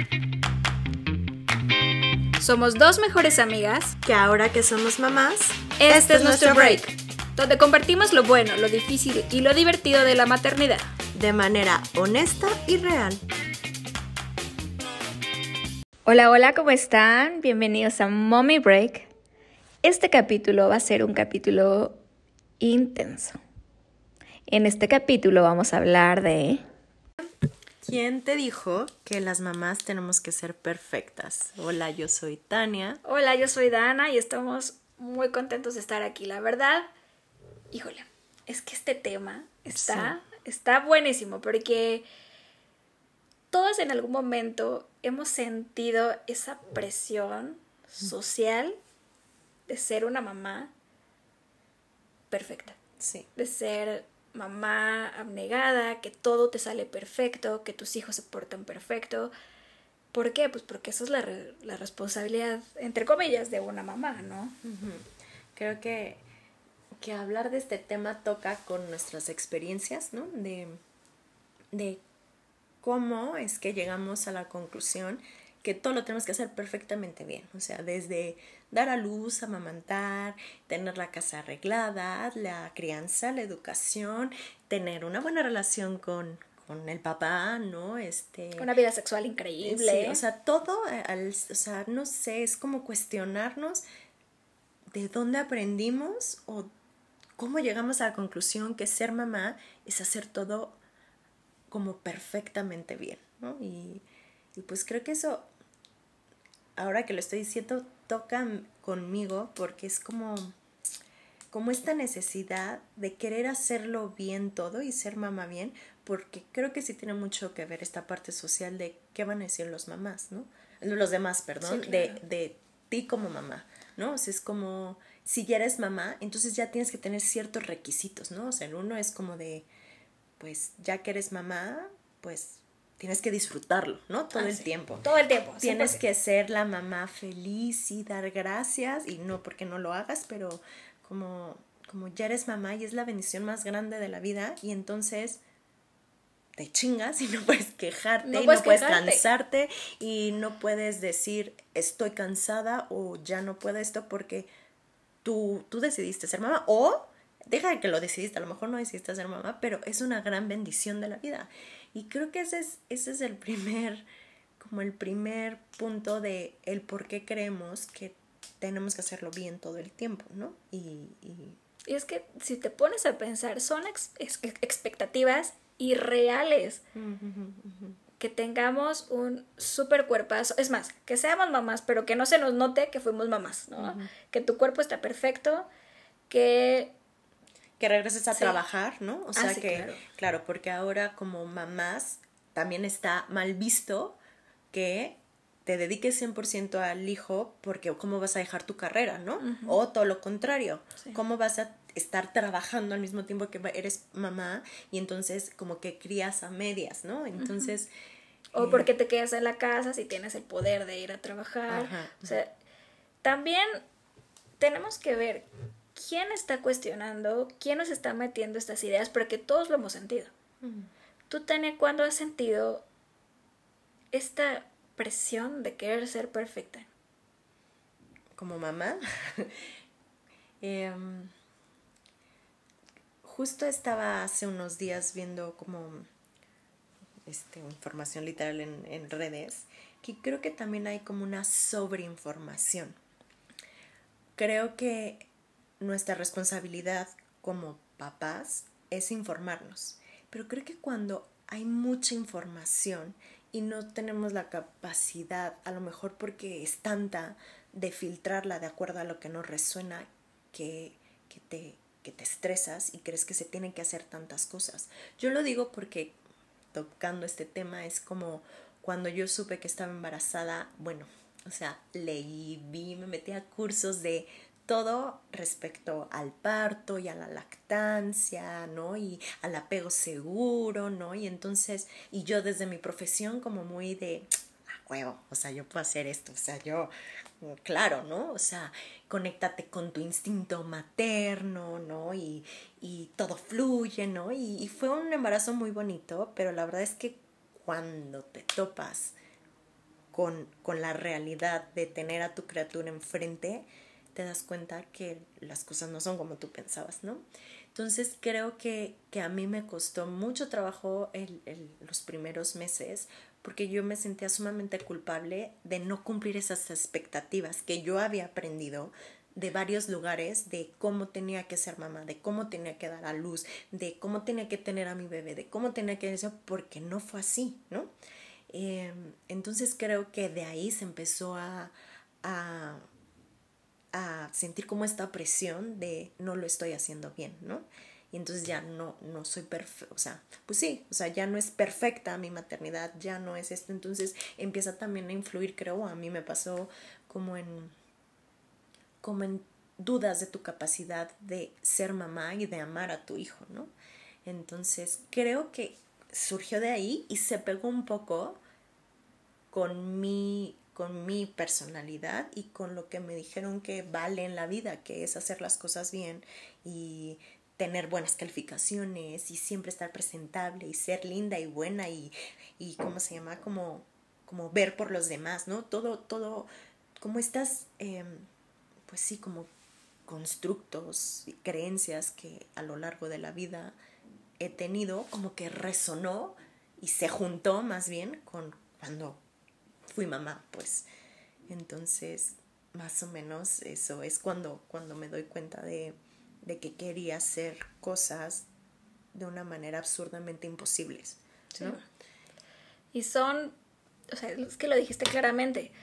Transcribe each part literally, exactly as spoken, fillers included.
Somos dos mejores amigas que ahora que somos mamás, este, este es nuestro break, break, donde compartimos lo bueno, lo difícil y lo divertido de la maternidad. De manera honesta y real. Hola, hola, ¿cómo están? Bienvenidos a Mommy Break. Este capítulo va a ser un capítulo intenso. En este capítulo vamos a hablar de... ¿Quién te dijo que las mamás tenemos que ser perfectas? Hola, yo soy Tania. Hola, yo soy Dana y estamos muy contentos de estar aquí. La verdad, híjole, es que este tema está, sí. está buenísimo porque todos en algún momento hemos sentido esa presión social de ser una mamá perfecta. Sí. De ser mamá abnegada, que todo te sale perfecto, que tus hijos se portan perfecto. ¿Por qué? Pues porque esa es la, re- la responsabilidad, entre comillas, de una mamá, ¿no? Uh-huh. Creo que, que hablar de este tema toca con nuestras experiencias, ¿no? De, de cómo es que llegamos a la conclusión que todo lo tenemos que hacer perfectamente bien. O sea, desde dar a luz, amamantar, tener la casa arreglada, la crianza, la educación, tener una buena relación con, con el papá, ¿no? Este, una vida sexual increíble. Sí, o sea, todo, al, o sea, no sé, es como cuestionarnos de dónde aprendimos o cómo llegamos a la conclusión que ser mamá es hacer todo como perfectamente bien, ¿no? Y, y pues creo que eso, ahora que lo estoy diciendo, toca conmigo porque es como, como esta necesidad de querer hacerlo bien todo y ser mamá bien, porque creo que sí tiene mucho que ver esta parte social de qué van a decir los mamás, ¿no? Los demás, perdón, sí, claro. de, de ti como mamá, ¿no? O sea, es como, si ya eres mamá, entonces ya tienes que tener ciertos requisitos, ¿no? O sea, el uno es como de, pues ya que eres mamá, pues tienes que disfrutarlo, ¿no? Todo ah, el sí. tiempo. Todo el tiempo. Tienes cien por ciento. que ser la mamá feliz y dar gracias, y no porque no lo hagas, pero como, como ya eres mamá y es la bendición más grande de la vida, y entonces te chingas y no puedes quejarte, no y puedes no puedes quejarte. cansarte, y no puedes decir estoy cansada o ya no puedo esto porque tú, tú decidiste ser mamá, o deja de que lo decidiste, a lo mejor no decidiste ser mamá, pero es una gran bendición de la vida. Y creo que ese es, ese es el primer, como el primer punto de el por qué creemos que tenemos que hacerlo bien todo el tiempo, ¿no? Y, y... y es que si te pones a pensar, son ex- ex- expectativas irreales. Uh-huh, uh-huh. Que tengamos un súper cuerpazo, es más, que seamos mamás, pero que no se nos note que fuimos mamás, ¿no? Uh-huh. Que tu cuerpo está perfecto, que... Que regreses a sí. trabajar, ¿no? O sea ah, sí, que, claro. claro, porque ahora como mamás también está mal visto que te dediques cien por ciento al hijo porque cómo vas a dejar tu carrera, ¿no? Uh-huh. O todo lo contrario, sí. Cómo vas a estar trabajando al mismo tiempo que eres mamá y entonces como que crías a medias, ¿no? Entonces... Uh-huh. O eh... porque te quedas en la casa si tienes el poder de ir a trabajar. Ajá. O sea, también tenemos que ver quién está cuestionando, quién nos está metiendo estas ideas, porque todos lo hemos sentido. Uh-huh. Tú, Tania, ¿cuándo has sentido esta presión de querer ser perfecta? Como mamá, eh, justo estaba hace unos días viendo como este, información literal en, en redes, que creo que también hay como una sobreinformación. Creo que nuestra responsabilidad como papás es informarnos, pero creo que cuando hay mucha información y no tenemos la capacidad, a lo mejor porque es tanta, de filtrarla de acuerdo a lo que nos resuena, que, que, te, que te estresas y crees que se tienen que hacer tantas cosas. Yo lo digo porque, tocando este tema, es como cuando yo supe que estaba embarazada, bueno, o sea, leí, vi, me metí a cursos de todo respecto al parto y a la lactancia, ¿no? Y al apego seguro, ¿no? Y entonces, y yo desde mi profesión como muy de, a huevo, o sea, yo puedo hacer esto, o sea, yo, claro, ¿no? O sea, conéctate con tu instinto materno, ¿no? Y, y todo fluye, ¿no? Y, y fue un embarazo muy bonito, pero la verdad es que cuando te topas con, con la realidad de tener a tu criatura enfrente, te das cuenta que las cosas no son como tú pensabas, ¿no? Entonces creo que, que a mí me costó mucho trabajo el, el, los primeros meses, porque yo me sentía sumamente culpable de no cumplir esas expectativas que yo había aprendido de varios lugares, de cómo tenía que ser mamá, de cómo tenía que dar a luz, de cómo tenía que tener a mi bebé, de cómo tenía que eso, porque no fue así, ¿no? Eh, entonces creo que de ahí se empezó a, a, a sentir como esta presión de no lo estoy haciendo bien, ¿no? Y entonces ya no, no soy perfecta, o sea, pues sí, o sea, ya no es perfecta mi maternidad, ya no es esto, entonces empieza también a influir, creo, a mí me pasó como en, como en dudas de tu capacidad de ser mamá y de amar a tu hijo, ¿no? Entonces creo que surgió de ahí y se pegó un poco con mi, con mi personalidad y con lo que me dijeron que vale en la vida, que es hacer las cosas bien y tener buenas calificaciones y siempre estar presentable y ser linda y buena y, y ¿cómo se llama? Como, como ver por los demás, ¿no? Todo, todo, como estas, eh, pues sí, como constructos y creencias que a lo largo de la vida he tenido, como que resonó y se juntó más bien con cuando fui mamá, pues. Entonces, más o menos eso es cuando, cuando me doy cuenta de, de que quería hacer cosas de una manera absurdamente imposibles, ¿no? Sí. Y son, o sea, es que lo dijiste claramente.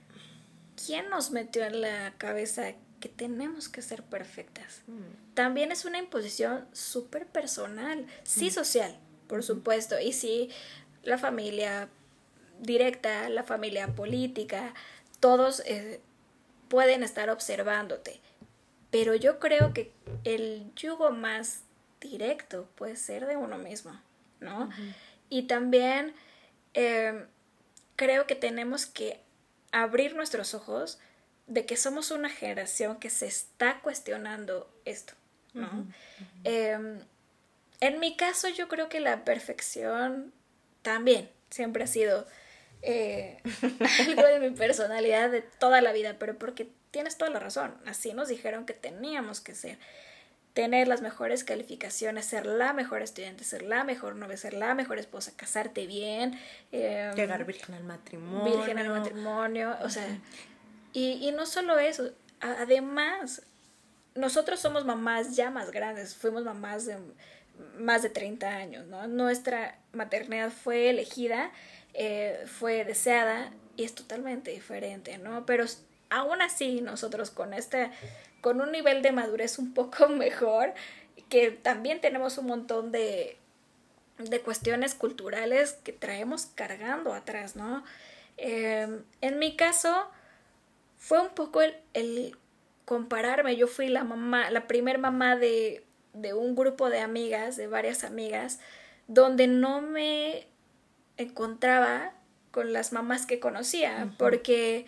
¿Quién nos metió en la cabeza que tenemos que ser perfectas? Mm. También es una imposición súper personal, sí mm. social, por mm. supuesto, y sí la familia directa, la familia política, todos eh, pueden estar observándote, pero yo creo que el yugo más directo puede ser de uno mismo, ¿no? Uh-huh. Y también eh, creo que tenemos que abrir nuestros ojos de que somos una generación que se está cuestionando esto, ¿no? Uh-huh. Uh-huh. Eh, en mi caso yo creo que la perfección también siempre ha sido eh, algo de mi personalidad de toda la vida, pero porque tienes toda la razón, así nos dijeron que teníamos que ser, tener las mejores calificaciones, ser la mejor estudiante, ser la mejor novia, ser la mejor esposa, casarte bien, eh, llegar virgen al matrimonio, virgen al matrimonio, o sea, y, y no solo eso, además, nosotros somos mamás ya más grandes, fuimos mamás de más de treinta años, ¿no? Nuestra maternidad fue elegida, eh, fue deseada y es totalmente diferente, ¿no? Pero aún así nosotros con este, con un nivel de madurez un poco mejor, que también tenemos un montón de, de cuestiones culturales que traemos cargando atrás, ¿no? Eh, en mi caso fue un poco el, el compararme, yo fui la mamá, la primer mamá de, de un grupo de amigas, de varias amigas, donde no me encontraba con las mamás que conocía, uh-huh. porque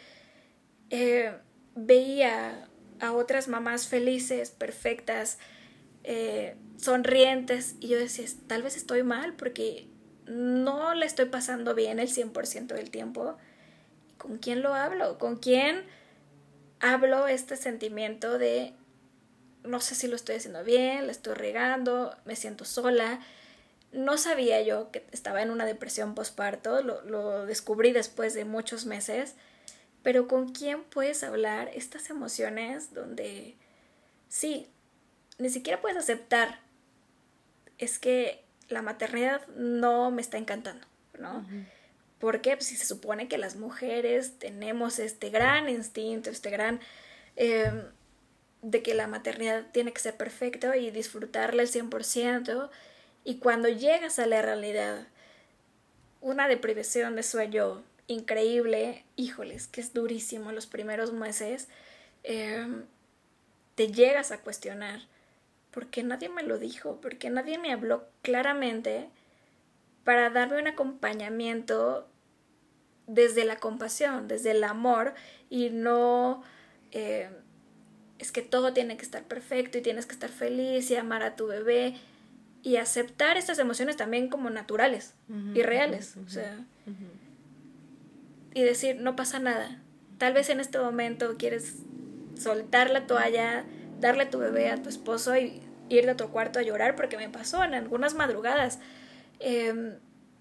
eh, veía a otras mamás felices, perfectas, eh, sonrientes, y yo decía, tal vez estoy mal porque no le estoy pasando bien el cien por ciento del tiempo. ¿Con quién lo hablo? ¿Con quién hablo este sentimiento de no sé si lo estoy haciendo bien, la estoy regando, me siento sola? No sabía yo que estaba en una depresión postparto, lo, lo descubrí después de muchos meses, pero ¿con quién puedes hablar estas emociones donde sí, ni siquiera puedes aceptar? Es que la maternidad no me está encantando, ¿no? Uh-huh. Porque pues, si se supone que las mujeres tenemos este gran instinto, este gran... Eh, de que la maternidad tiene que ser perfecto y disfrutarla al cien por ciento, y cuando llegas a la realidad, una deprivación de sueño increíble, híjoles, que es durísimo los primeros meses, eh, te llegas a cuestionar, ¿por qué nadie me lo dijo? ¿Por qué nadie me habló claramente para darme un acompañamiento desde la compasión, desde el amor, y no... Eh, es que todo tiene que estar perfecto y tienes que estar feliz y amar a tu bebé y aceptar estas emociones también como naturales uh-huh, y reales? Uh-huh, o sea, uh-huh. y decir, no pasa nada. Tal vez en este momento quieres soltar la toalla, darle tu bebé a tu esposo y ir de tu cuarto a llorar, porque me pasó en algunas madrugadas. Eh,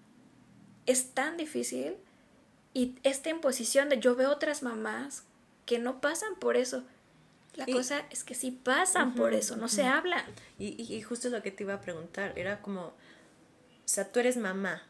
es tan difícil, y esta imposición de yo veo otras mamás que no pasan por eso. La y, cosa es que sí pasan uh-huh, por eso, no uh-huh. se habla. Y, y, y justo lo que te iba a preguntar, era como, o sea, tú eres mamá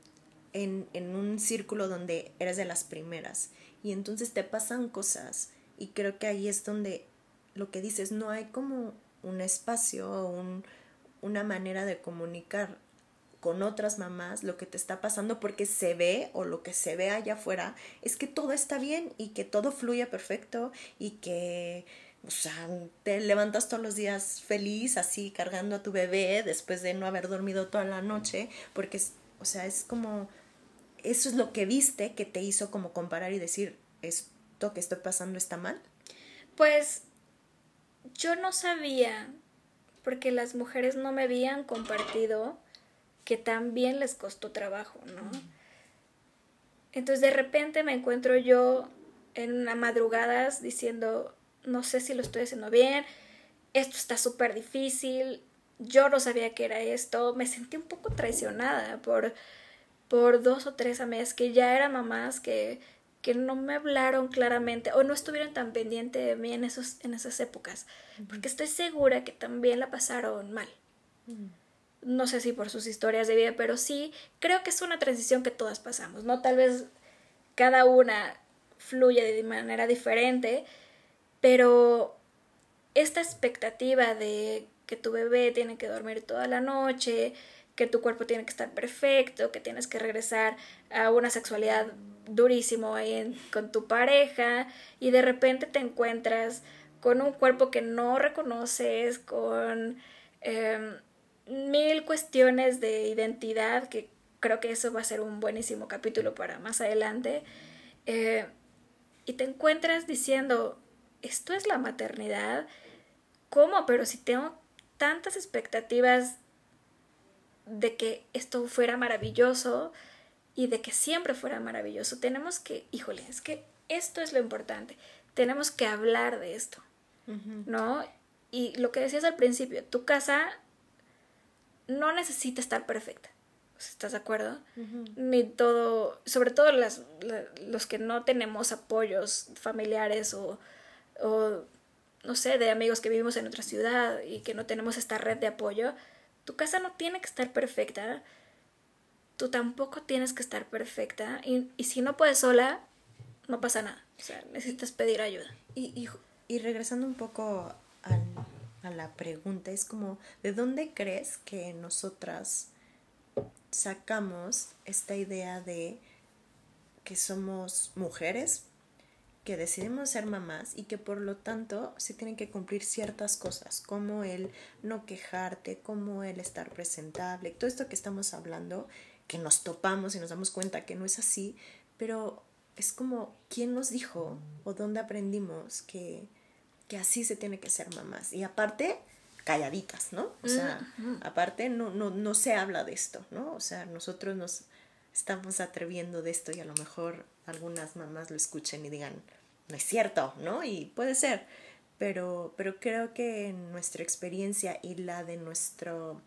en, en un círculo donde eres de las primeras, y entonces te pasan cosas, y creo que ahí es donde lo que dices, no hay como un espacio o un, una manera de comunicar con otras mamás lo que te está pasando, porque se ve, o lo que se ve allá afuera es que todo está bien y que todo fluye perfecto y que, o sea, te levantas todos los días feliz así cargando a tu bebé después de no haber dormido toda la noche, porque, o sea, es como, eso es lo que viste que te hizo como comparar y decir, esto que estoy pasando está mal. Pues yo no sabía, porque las mujeres no me habían compartido que también les costó trabajo, ¿no? Entonces de repente me encuentro yo en una madrugadas diciendo, no sé si lo estoy haciendo bien, esto está súper difícil, yo no sabía que era esto, me sentí un poco traicionada por, por dos o tres amigas que ya eran mamás que, que no me hablaron claramente o no estuvieron tan pendientes de mí en, esos, en esas épocas, uh-huh. porque estoy segura que también la pasaron mal. Uh-huh. No sé si por sus historias de vida, pero sí creo que es una transición que todas pasamos, ¿no? Tal vez cada una fluye de manera diferente, pero esta expectativa de que tu bebé tiene que dormir toda la noche, que tu cuerpo tiene que estar perfecto, que tienes que regresar a una sexualidad durísimo ahí en, con tu pareja, y de repente te encuentras con un cuerpo que no reconoces, con eh, mil cuestiones de identidad, que creo que eso va a ser un buenísimo capítulo para más adelante, eh, y te encuentras diciendo, ¿esto es la maternidad? ¿Cómo? Pero si tengo tantas expectativas de que esto fuera maravilloso y de que siempre fuera maravilloso, tenemos que, híjole, es que esto es lo importante, tenemos que hablar de esto, uh-huh. ¿no? Y lo que decías al principio, tu casa no necesita estar perfecta, ¿estás de acuerdo? Uh-huh. Ni todo, sobre todo las, la, los que no tenemos apoyos familiares o, o, no sé, de amigos que vivimos en otra ciudad y que no tenemos esta red de apoyo, tu casa no tiene que estar perfecta, tú tampoco tienes que estar perfecta, y, y si no puedes sola, no pasa nada, o sea, necesitas pedir ayuda. Y, y, y regresando un poco al, a la pregunta, es como, ¿de dónde crees que nosotras sacamos esta idea de que somos mujeres, que decidimos ser mamás y que por lo tanto se tienen que cumplir ciertas cosas, como el no quejarte, como el estar presentable, todo esto que estamos hablando, que nos topamos y nos damos cuenta que no es así, pero es como, ¿quién nos dijo o dónde aprendimos que, que así se tiene que ser mamás? Y aparte, calladitas, ¿no? O sea, uh-huh. aparte no, no, no se habla de esto, ¿no? O sea, nosotros nos estamos atreviendo de esto y a lo mejor algunas mamás lo escuchen y digan, no es cierto, ¿no? Y puede ser, pero, pero creo que en nuestra experiencia y la de nuestro,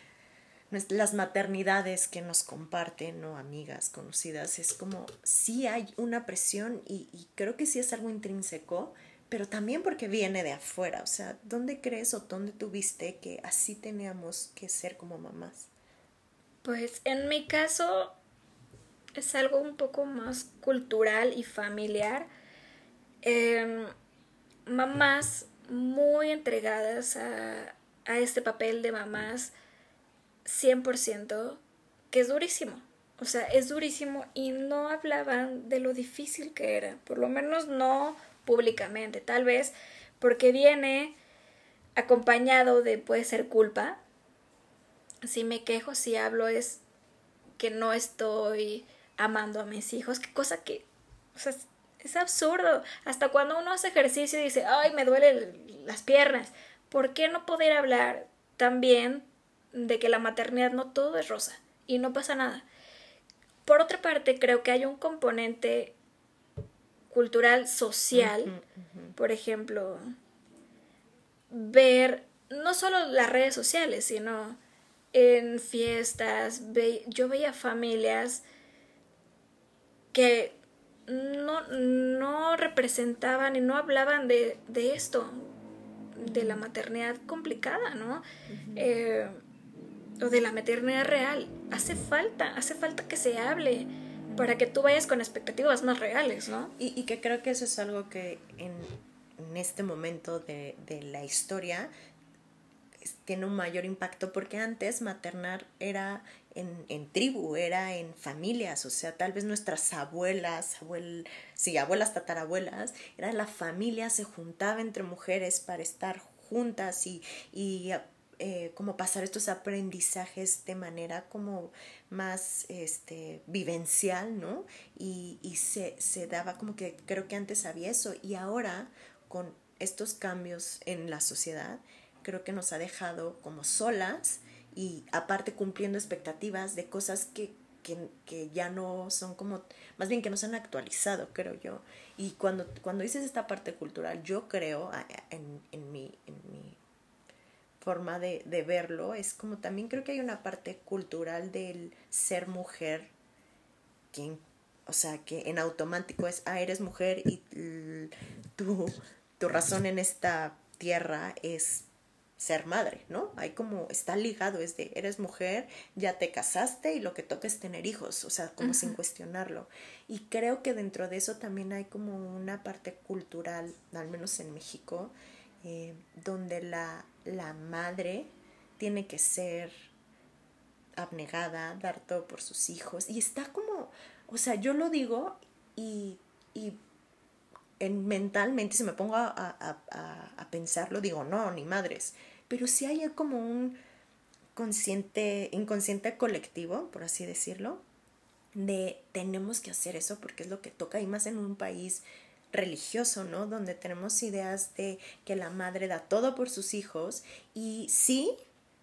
las maternidades que nos comparten, ¿no? Amigas, conocidas, es como, sí hay una presión y, y creo que sí es algo intrínseco, pero también porque viene de afuera. O sea, ¿dónde crees o dónde tuviste que así teníamos que ser como mamás? Pues en mi caso es algo un poco más cultural y familiar. Eh, mamás muy entregadas a, a este papel de mamás cien por ciento, que es durísimo. O sea, es durísimo y no hablaban de lo difícil que era, por lo menos no públicamente, tal vez porque viene acompañado de, puede ser culpa. Si me quejo, si hablo, es que no estoy amando a mis hijos, qué cosa que, o sea, es, es absurdo. Hasta cuando uno hace ejercicio y dice, ay, me duelen las piernas, ¿por qué no poder hablar también de que la maternidad no todo es rosa y no pasa nada? Por otra parte, creo que hay un componente cultural, social, uh-huh, uh-huh. por ejemplo, ver no solo las redes sociales, sino en fiestas, ve, yo veía familias que no, no representaban y no hablaban de, de esto, de la maternidad complicada, ¿no? Uh-huh. Eh, o de la maternidad real. Hace falta, hace falta que se hable uh-huh. para que tú vayas con expectativas más reales, ¿no? Y, y que creo que eso es algo que en, en este momento de, de la historia tiene un mayor impacto, porque antes maternar era en, en tribu, era en familias, o sea, tal vez nuestras abuelas, abuel, sí, abuelas, tatarabuelas, era la familia, se juntaba entre mujeres para estar juntas y, y eh, como pasar estos aprendizajes de manera como más este, vivencial, ¿no? Y, y se, se daba como que creo que antes había eso, y ahora con estos cambios en la sociedad, creo que nos ha dejado como solas y aparte cumpliendo expectativas de cosas que, que, que ya no son como, más bien que no se han actualizado, creo yo. Y cuando, cuando dices esta parte cultural, yo creo, en, en, mi, en mi forma de, de verlo, es como también creo que hay una parte cultural del ser mujer, que, o sea, que en automático es, ah, eres mujer y l, tu, tu razón en esta tierra es ser madre, ¿no? Hay como, está ligado, es de, eres mujer, ya te casaste y lo que toca es tener hijos, o sea, como uh-huh. sin cuestionarlo. Y creo que dentro de eso también hay como una parte cultural, al menos en México, eh, donde la, la madre tiene que ser abnegada, dar todo por sus hijos, y está como, o sea, yo lo digo y, y en, mentalmente, si me pongo a, a, a, a pensarlo, digo, no, ni madres. Pero sí hay como un consciente, inconsciente colectivo, por así decirlo, de tenemos que hacer eso porque es lo que toca, y más en un país religioso, ¿no? Donde tenemos ideas de que la madre da todo por sus hijos, y sí,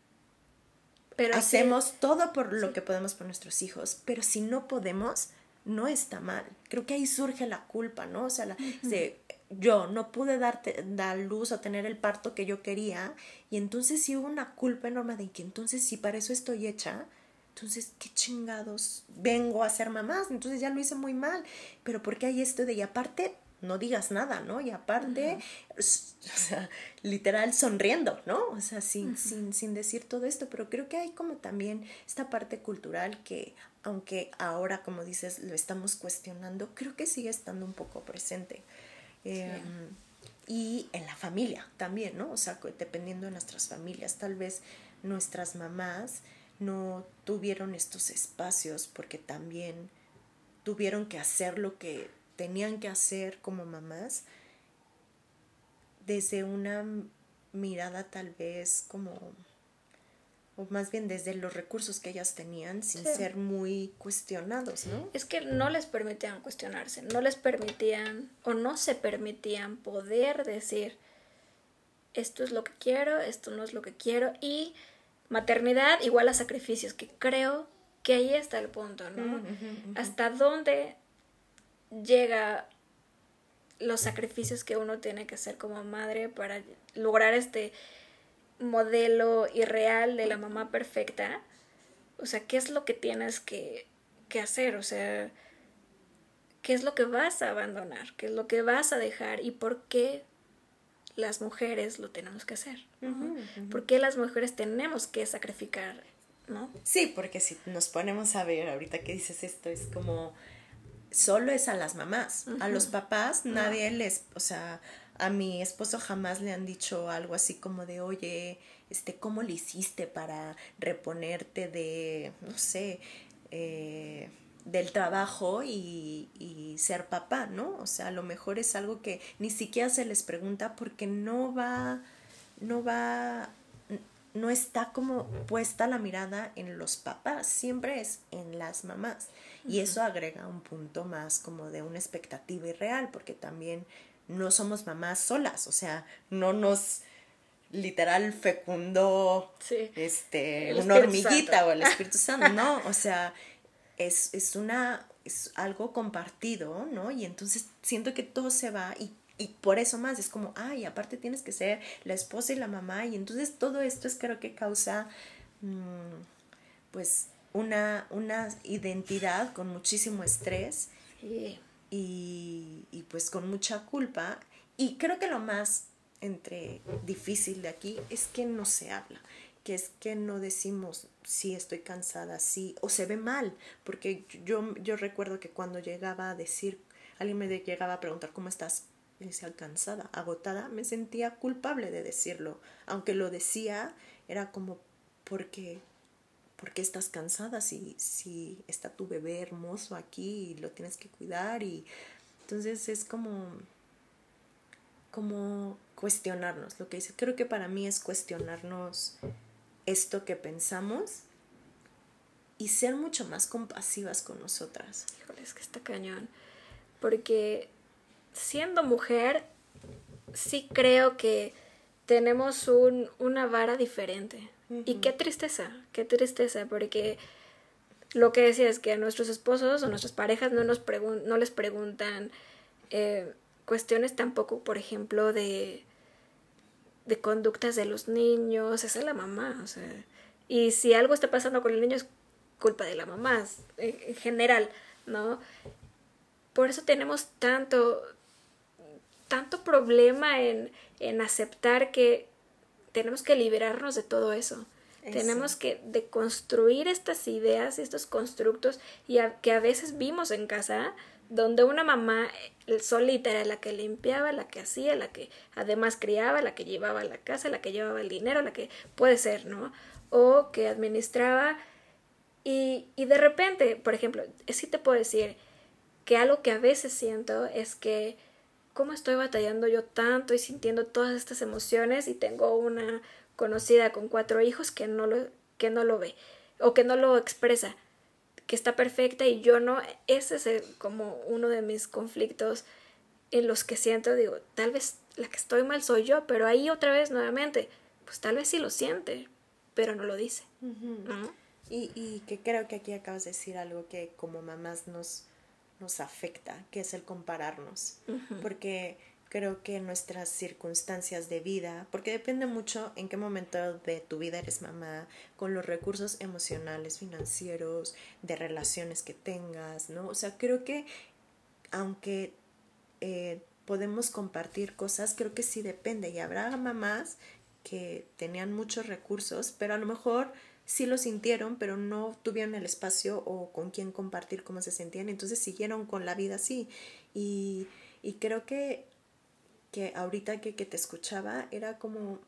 pero hacemos sí, todo por lo sí. que podemos por nuestros hijos, pero si no podemos, no está mal. Creo que ahí surge la culpa, ¿no? O sea, la, uh-huh. de, yo no pude darte, dar luz o tener el parto que yo quería, y entonces sí hubo una culpa enorme de que entonces si para eso estoy hecha, entonces qué chingados vengo a ser mamá, entonces ya lo hice muy mal. Pero porque hay esto de, y aparte no digas nada, ¿no? Y aparte, uh-huh. o sea, literal sonriendo, ¿no? O sea, sin, uh-huh. sin, sin decir todo esto, pero creo que hay como también esta parte cultural que, aunque ahora, como dices, lo estamos cuestionando, creo que sigue estando un poco presente. Eh, sí. Y en la familia también, ¿no? O sea, dependiendo de nuestras familias, tal vez nuestras mamás no tuvieron estos espacios porque también tuvieron que hacer lo que tenían que hacer como mamás desde una mirada tal vez como, o más bien desde los recursos que ellas tenían, sin sí. ser muy cuestionados, ¿no? Es que no les permitían cuestionarse, no les permitían o no se permitían poder decir esto es lo que quiero, esto no es lo que quiero, y maternidad igual a sacrificios, que creo que ahí está el punto, ¿no? Uh-huh, uh-huh. Hasta dónde llega los sacrificios que uno tiene que hacer como madre para lograr este modelo irreal de la mamá perfecta. O sea, ¿qué es lo que tienes que, que hacer? O sea, ¿qué es lo que vas a abandonar? ¿Qué es lo que vas a dejar? ¿Y por qué las mujeres lo tenemos que hacer? ¿No? Uh-huh, uh-huh. ¿Por qué las mujeres tenemos que sacrificar? ¿No? Sí, porque si nos ponemos a ver, ahorita que dices esto, es como solo es a las mamás, uh-huh. a los papás nadie no. les, o sea, a mi esposo jamás le han dicho algo así como de, oye, este, ¿cómo le hiciste para reponerte de, no sé, eh, del trabajo y, y ser papá, ¿no? O sea, a lo mejor es algo que ni siquiera se les pregunta porque no va, no va, no está como puesta la mirada en los papás, siempre es en las mamás. Uh-huh. Y eso agrega un punto más como de una expectativa irreal, porque también no somos mamás solas, o sea, no nos literal fecundó sí. este, una hormiguita Santo. O el Espíritu Santo, no, o sea, es, es una, es algo compartido, ¿no? Y entonces siento que todo se va y, y por eso más, es como, ay, aparte tienes que ser la esposa y la mamá, y entonces todo esto es creo que causa, mmm, pues, una, una identidad con muchísimo estrés Sí. y, y pues con mucha culpa. Y creo que lo más entre difícil de aquí es que no se habla, que es que no decimos sí estoy cansada, sí, o se ve mal, porque yo, yo recuerdo que cuando llegaba a decir, alguien me llegaba a preguntar ¿cómo estás? Y decía cansada, agotada, me sentía culpable de decirlo, aunque lo decía, era como porque ¿por qué estás cansada si, si está tu bebé hermoso aquí y lo tienes que cuidar? Y entonces es como, como cuestionarnos lo que dice. Creo que para mí es cuestionarnos esto que pensamos y ser mucho más compasivas con nosotras. Híjole, es que está cañón. Porque siendo mujer, sí creo que tenemos un, una vara diferente. Uh-huh. Y qué tristeza, qué tristeza, porque lo que decía es que a nuestros esposos o nuestras parejas no, nos pregun- no les preguntan eh, cuestiones tampoco, por ejemplo, de, de conductas de los niños, esa es la mamá, o sea, y si algo está pasando con el niño es culpa de la mamá, en general, ¿no? Por eso tenemos tanto, tanto problema en, en aceptar que tenemos que liberarnos de todo eso. eso. Tenemos que deconstruir estas ideas, estos constructos y a, que a veces vimos en casa, donde una mamá solita era la que limpiaba, la que hacía, la que además criaba, la que llevaba a la casa, la que llevaba el dinero, la que puede ser, ¿no? O que administraba y, y de repente, por ejemplo, sí te puedo decir que algo que a veces siento es que cómo estoy batallando yo tanto y sintiendo todas estas emociones y tengo una conocida con cuatro hijos que no lo, que no lo ve o que no lo expresa, que está perfecta y yo no. Ese es el, como uno de mis conflictos en los que siento, digo, tal vez la que estoy mal soy yo, pero ahí otra vez nuevamente, pues tal vez sí lo siente, pero no lo dice. Uh-huh. ¿No? Y, y que creo que aquí acabas de decir algo que como mamás nos, nos afecta, que es el compararnos, uh-huh. Porque creo que nuestras circunstancias de vida, porque depende mucho en qué momento de tu vida eres mamá, con los recursos emocionales, financieros, de relaciones que tengas, ¿no? O sea, creo que aunque eh, podemos compartir cosas, creo que sí depende, y habrá mamás que tenían muchos recursos, pero a lo mejor sí lo sintieron, pero no tuvieron el espacio o con quién compartir cómo se sentían, entonces siguieron con la vida así. Y, y creo que, que ahorita que, que te escuchaba era como,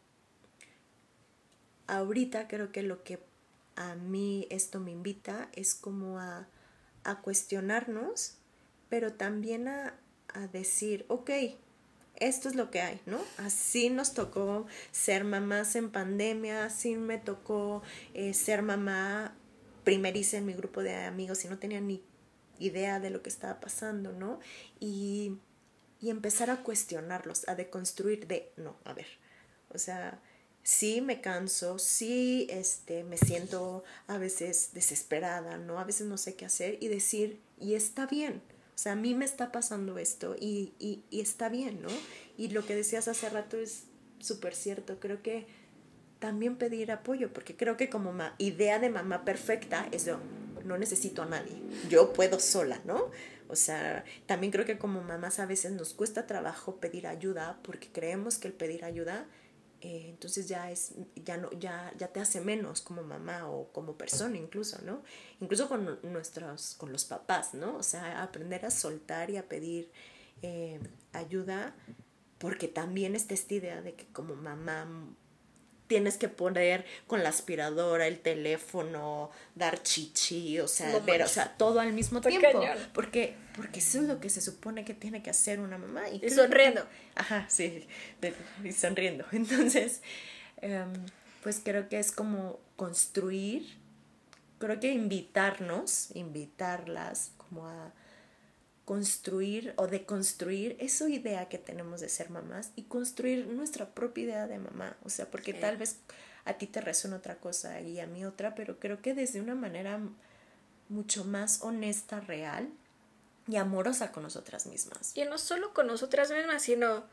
ahorita creo que lo que a mí esto me invita es como a, a cuestionarnos, pero también a, a decir, ok, esto es lo que hay, ¿no? Así nos tocó ser mamás en pandemia, así me tocó eh, ser mamá primeriza en mi grupo de amigos y no tenía ni idea de lo que estaba pasando, ¿no? Y, y empezar a cuestionarlos, a deconstruir de, no, a ver, o sea, sí me canso, sí este, me siento a veces desesperada, ¿no? A veces no sé qué hacer y decir, y está bien. O sea, a mí me está pasando esto y, y, y está bien, ¿no? Y lo que decías hace rato es súper cierto. Creo que también pedir apoyo, porque creo que como ma- idea de mamá perfecta es yo, no necesito a nadie, yo puedo sola, ¿no? O sea, también creo que como mamás a veces nos cuesta trabajo pedir ayuda porque creemos que el pedir ayuda eh, entonces ya es ya no ya ya te hace menos como mamá o como persona incluso, ¿no? Incluso con nuestros con los papás, ¿no? O sea, aprender a soltar y a pedir eh, ayuda, porque también está esta idea de que como mamá tienes que poner con la aspiradora, el teléfono, dar chichi, o sea, no ver, o sea, todo al mismo tiempo, porque porque eso es lo que se supone que tiene que hacer una mamá. Y, y sonriendo. Que, ajá, sí, de, y sonriendo. Entonces, um, pues creo que es como construir, creo que invitarnos, invitarlas como a construir o deconstruir esa idea que tenemos de ser mamás y construir nuestra propia idea de mamá. O sea, porque sí. Tal vez a ti te resuena otra cosa y a mí otra, pero creo que desde una manera mucho más honesta, real, y amorosa con nosotras mismas. Y no solo con nosotras mismas, sino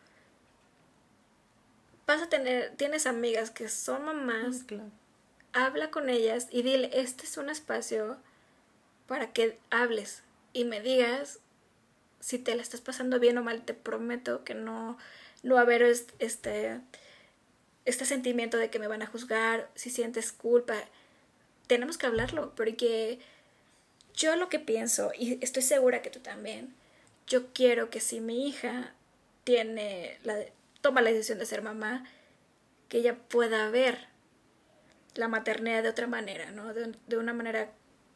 vas a tener, tienes amigas que son mamás, Mm, claro. habla con ellas y dile, este es un espacio para que hables y me digas si te la estás pasando bien o mal. Te prometo que no, no va a haber este, este sentimiento de que me van a juzgar, si sientes culpa. Tenemos que hablarlo, porque yo lo que pienso, y estoy segura que tú también, yo quiero que si mi hija tiene la, toma la decisión de ser mamá, que ella pueda ver la maternidad de otra manera, ¿no? De, de una manera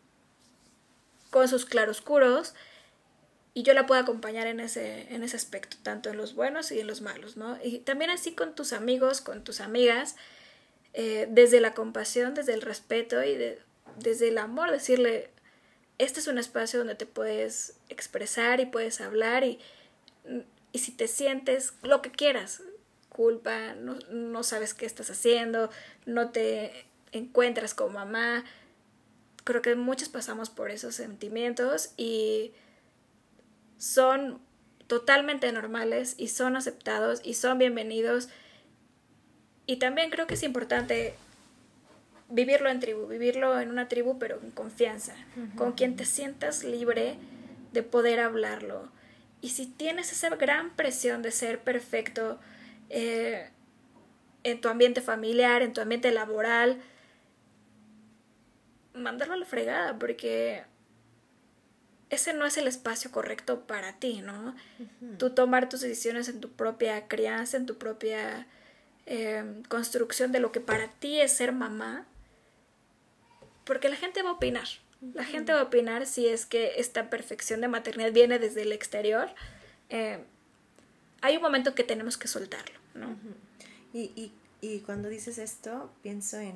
con sus claroscuros, y yo la puedo acompañar en ese, en ese aspecto, tanto en los buenos y en los malos, ¿no? Y también así con tus amigos, con tus amigas, eh, desde la compasión, desde el respeto y de, desde el amor, decirle, este es un espacio donde te puedes expresar y puedes hablar, y, y si te sientes lo que quieras, culpa, no, no sabes qué estás haciendo, no te encuentras como mamá, creo que muchos pasamos por esos sentimientos y son totalmente normales y son aceptados y son bienvenidos. Y también creo que es importante vivirlo en tribu, vivirlo en una tribu, pero en confianza, uh-huh. con quien te sientas libre de poder hablarlo. Y si tienes esa gran presión de ser perfecto eh, en tu ambiente familiar, en tu ambiente laboral, mandarlo a la fregada, porque ese no es el espacio correcto para ti, ¿no? Uh-huh. Tú tomar tus decisiones en tu propia crianza, en tu propia eh, construcción de lo que para ti es ser mamá, porque la gente va a opinar. Uh-huh. La gente va a opinar si es que esta perfección de maternidad viene desde el exterior. Eh, hay un momento que tenemos que soltarlo, ¿no? Uh-huh. Y, y, y cuando dices esto, pienso en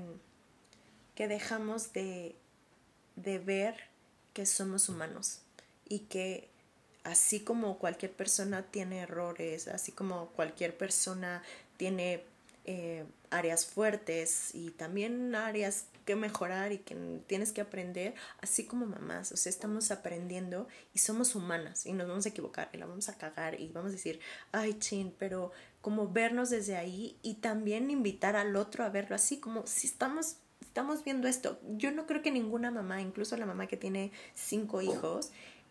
que dejamos de, de ver que somos humanos y que así como cualquier persona tiene errores, así como cualquier persona tiene eh, áreas fuertes y también áreas que mejorar y que tienes que aprender, así como mamás, o sea, estamos aprendiendo y somos humanas y nos vamos a equivocar y la vamos a cagar y vamos a decir, ay, chin, pero como vernos desde ahí y también invitar al otro a verlo así, como si estamos... Estamos viendo esto. Yo no creo que ninguna mamá, incluso la mamá que tiene cinco hijos,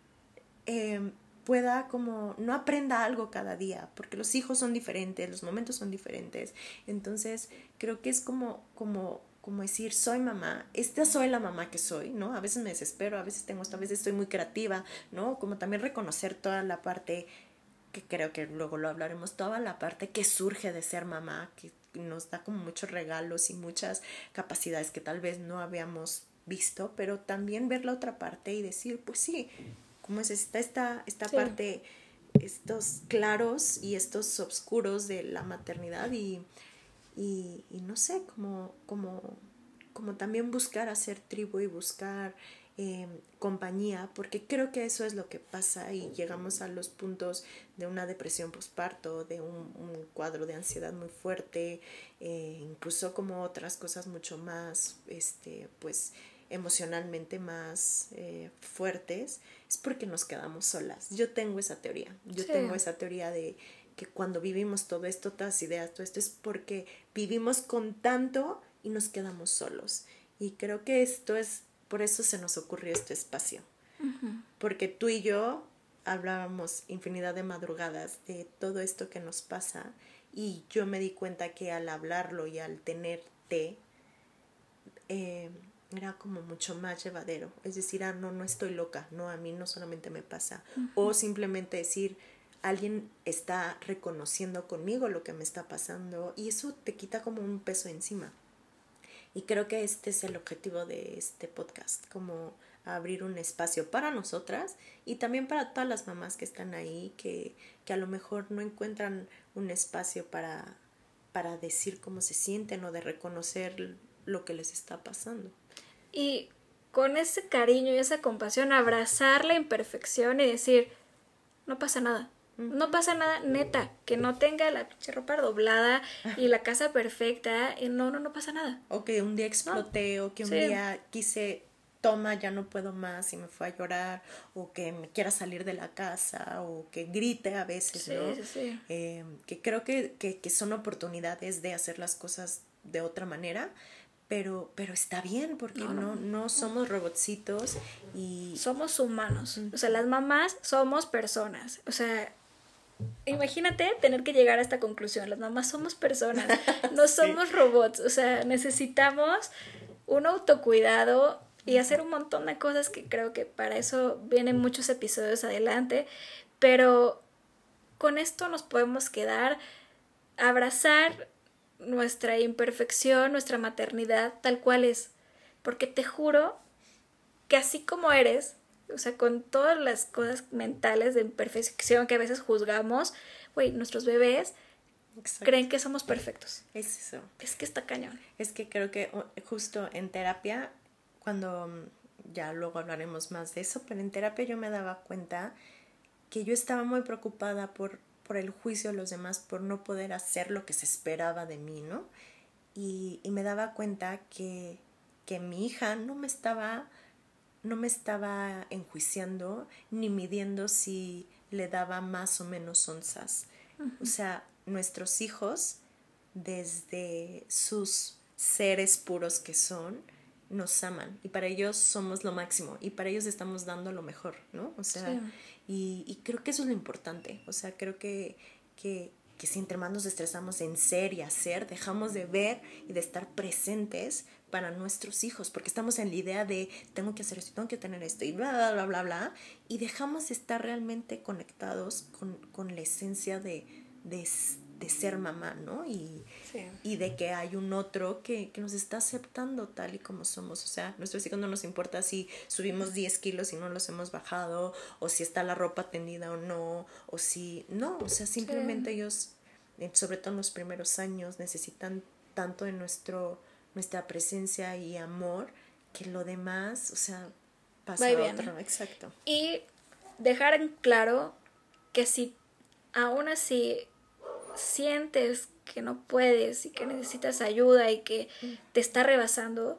eh, pueda como, no aprenda algo cada día, porque los hijos son diferentes, los momentos son diferentes. Entonces, creo que es como, como, como decir, soy mamá, esta soy la mamá que soy, ¿no? A veces me desespero, a veces tengo esto, a veces estoy muy creativa, ¿no? Como también reconocer toda la parte, que creo que luego lo hablaremos, toda la parte que surge de ser mamá, que nos da como muchos regalos y muchas capacidades que tal vez no habíamos visto, pero también ver la otra parte y decir, pues sí, como es esta, esta, esta sí. parte, estos claros y estos oscuros de la maternidad y, y, y no sé, como, como, como también buscar hacer tribu y buscar Eh, compañía, porque creo que eso es lo que pasa y llegamos a los puntos de una depresión postparto, de un, un cuadro de ansiedad muy fuerte, eh, incluso como otras cosas mucho más, este, pues, emocionalmente más eh, fuertes, es porque nos quedamos solas. Yo tengo esa teoría, yo sí. tengo esa teoría de que cuando vivimos todo esto, todas ideas, todo esto es porque vivimos con tanto y nos quedamos solos. Y creo que esto es por eso se nos ocurrió este espacio. Uh-huh. Porque tú y yo hablábamos infinidad de madrugadas de todo esto que nos pasa y yo me di cuenta que al hablarlo y al tenerte eh, era como mucho más llevadero. Es decir, ah, no, no estoy loca, no, a mí no solamente me pasa. Uh-huh. O simplemente decir, alguien está reconociendo conmigo lo que me está pasando y eso te quita como un peso encima. Y creo que este es el objetivo de este podcast, como abrir un espacio para nosotras y también para todas las mamás que están ahí, que, que a lo mejor no encuentran un espacio para, para decir cómo se sienten o de reconocer lo que les está pasando. Y con ese cariño y esa compasión, abrazar la imperfección y decir, no pasa nada. No pasa nada, neta, que no tenga la pinche ropa doblada y la casa perfecta, y no, no, no pasa nada. O que un día exploté, no. o que un sí. día quise toma, ya no puedo más y me fue a llorar, o que me quiera salir de la casa, o que grite a veces, sí, ¿no? Sí, sí. Eh, que creo que, que, que son oportunidades de hacer las cosas de otra manera, pero, pero está bien, porque no, no, no, no somos robotcitos y... Somos humanos, o sea, las mamás somos personas, o sea... Imagínate tener que llegar a esta conclusión. Las mamás somos personas, no somos sí. robots. O sea, necesitamos un autocuidado y hacer un montón de cosas que creo que para eso vienen muchos episodios adelante. Pero con esto nos podemos quedar, abrazar nuestra imperfección, nuestra maternidad tal cual es. Porque te juro que así como eres... O sea, con todas las cosas mentales de imperfección que a veces juzgamos, güey, nuestros bebés Exacto. creen que somos perfectos. Es eso. Es que está cañón. Es que creo que justo en terapia, cuando ya luego hablaremos más de eso, pero en terapia yo me daba cuenta que yo estaba muy preocupada por, por el juicio de los demás, por no poder hacer lo que se esperaba de mí, ¿no? Y, y me daba cuenta que, que mi hija no me estaba... no me estaba enjuiciando ni midiendo si le daba más o menos onzas. Uh-huh. O sea, nuestros hijos, desde sus seres puros que son, nos aman. Y para ellos somos lo máximo. Y para ellos estamos dando lo mejor, ¿no? O sea, sí. y, y creo que eso es lo importante. O sea, creo que... que que si entre más nos estresamos en ser y hacer, dejamos de ver y de estar presentes para nuestros hijos, porque estamos en la idea de tengo que hacer esto, tengo que tener esto y bla, bla, bla, bla, bla, y dejamos de estar realmente conectados con, con la esencia de, de, de ser mamá, ¿no? Y, sí. y de que hay un otro que, que nos está aceptando tal y como somos. O sea, nuestros hijos no nos importa si subimos diez kilos y no los hemos bajado, o si está la ropa tendida o no, o si... No, o sea, simplemente sí. ellos, sobre todo en los primeros años, necesitan tanto de nuestro, nuestra presencia y amor, que lo demás, o sea, pasa a otro. Exacto. Y dejar en claro que si aún así sientes que no puedes y que necesitas ayuda y que te está rebasando,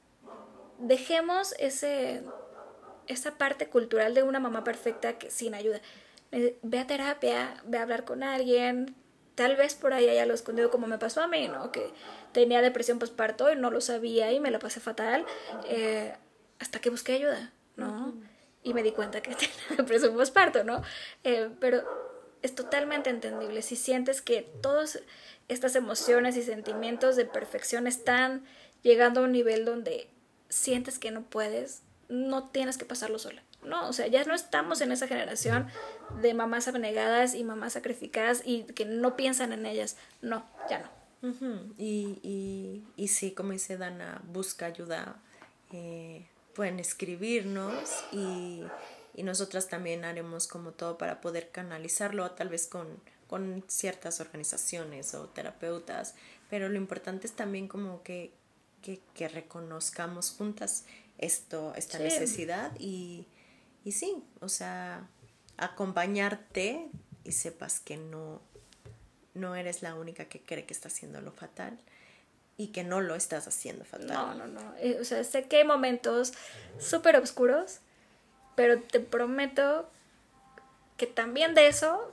dejemos ese esa parte cultural de una mamá perfecta que sin ayuda. Ve a terapia, ve a hablar con alguien, tal vez por ahí haya lo escondido como me pasó a mí, ¿no? Que tenía depresión postparto y no lo sabía y me la pasé fatal, eh, hasta que busqué ayuda, ¿no? Uh-huh. Y me di cuenta que tenía depresión postparto, ¿no? Eh, pero es totalmente entendible. Si sientes que todas estas emociones y sentimientos de perfección están llegando a un nivel donde sientes que no puedes, no tienes que pasarlo sola. No, o sea, ya no estamos en esa generación de mamás abnegadas y mamás sacrificadas y que no piensan en ellas. No, ya no. Uh-huh. Y, y, y sí, como dice Dana, busca ayuda. Eh, pueden escribirnos y... y nosotras también haremos como todo para poder canalizarlo, tal vez con, con ciertas organizaciones o terapeutas, pero lo importante es también como que, que, que reconozcamos juntas esto, esta sí. necesidad y, y sí, o sea, acompañarte y sepas que no, no eres la única que cree que está haciendo lo fatal y que no lo estás haciendo fatal. No, no, no, eh, o sea, sé que hay momentos súper oscuros, pero te prometo que también de eso,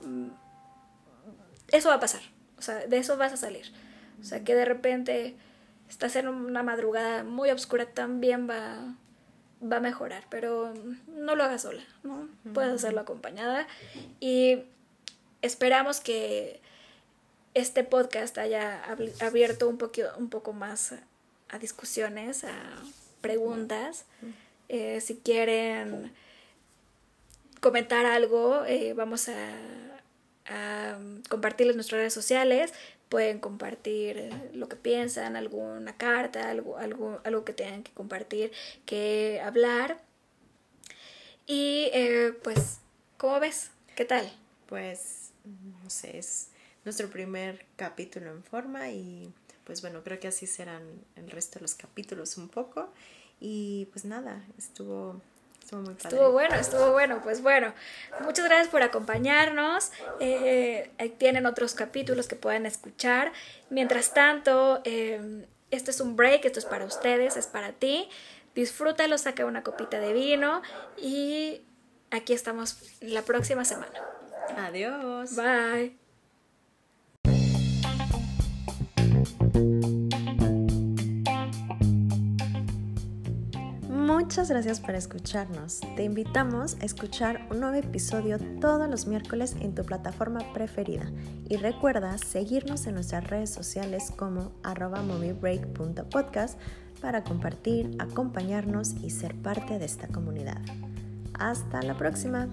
eso va a pasar. O sea, de eso vas a salir. O sea, que de repente estás en una madrugada muy oscura, también va, va a mejorar. Pero no lo hagas sola, ¿no? Puedes hacerlo acompañada. Y esperamos que este podcast haya abierto un, poquito, un poco más a discusiones, a preguntas. Eh, si quieren comentar algo, eh, vamos a, a compartirles en nuestras redes sociales. Pueden compartir lo que piensan, alguna carta, algo, algo, algo que tengan que compartir, que hablar. Y eh, pues, ¿cómo ves? ¿Qué tal? Pues, no sé, es nuestro primer capítulo en forma y pues bueno, creo que así serán el resto de los capítulos un poco. Y pues nada, estuvo... Estuvo muy padre. Estuvo bueno, estuvo bueno. Pues bueno, muchas gracias por acompañarnos. Eh, ahí tienen otros capítulos que pueden escuchar. Mientras tanto, eh, este es un break, esto es para ustedes, es para ti. disfrútalo, saca una copita de vino y aquí estamos la próxima semana. Adiós. Bye. Muchas gracias por escucharnos. Te invitamos a escuchar un nuevo episodio todos los miércoles en tu plataforma preferida. Y recuerda seguirnos en nuestras redes sociales como arroba moviebreak punto podcast para compartir, acompañarnos y ser parte de esta comunidad. Hasta la próxima.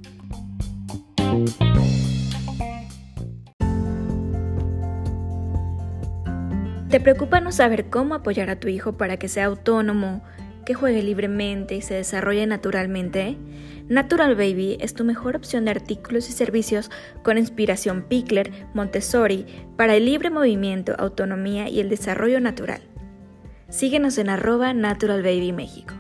¿Te preocupa no saber cómo apoyar a tu hijo para que sea autónomo, que juegue libremente y se desarrolle naturalmente? Natural Baby es tu mejor opción de artículos y servicios con inspiración Pikler, Montessori, para el libre movimiento, autonomía y el desarrollo natural. Síguenos en arroba Natural Baby México.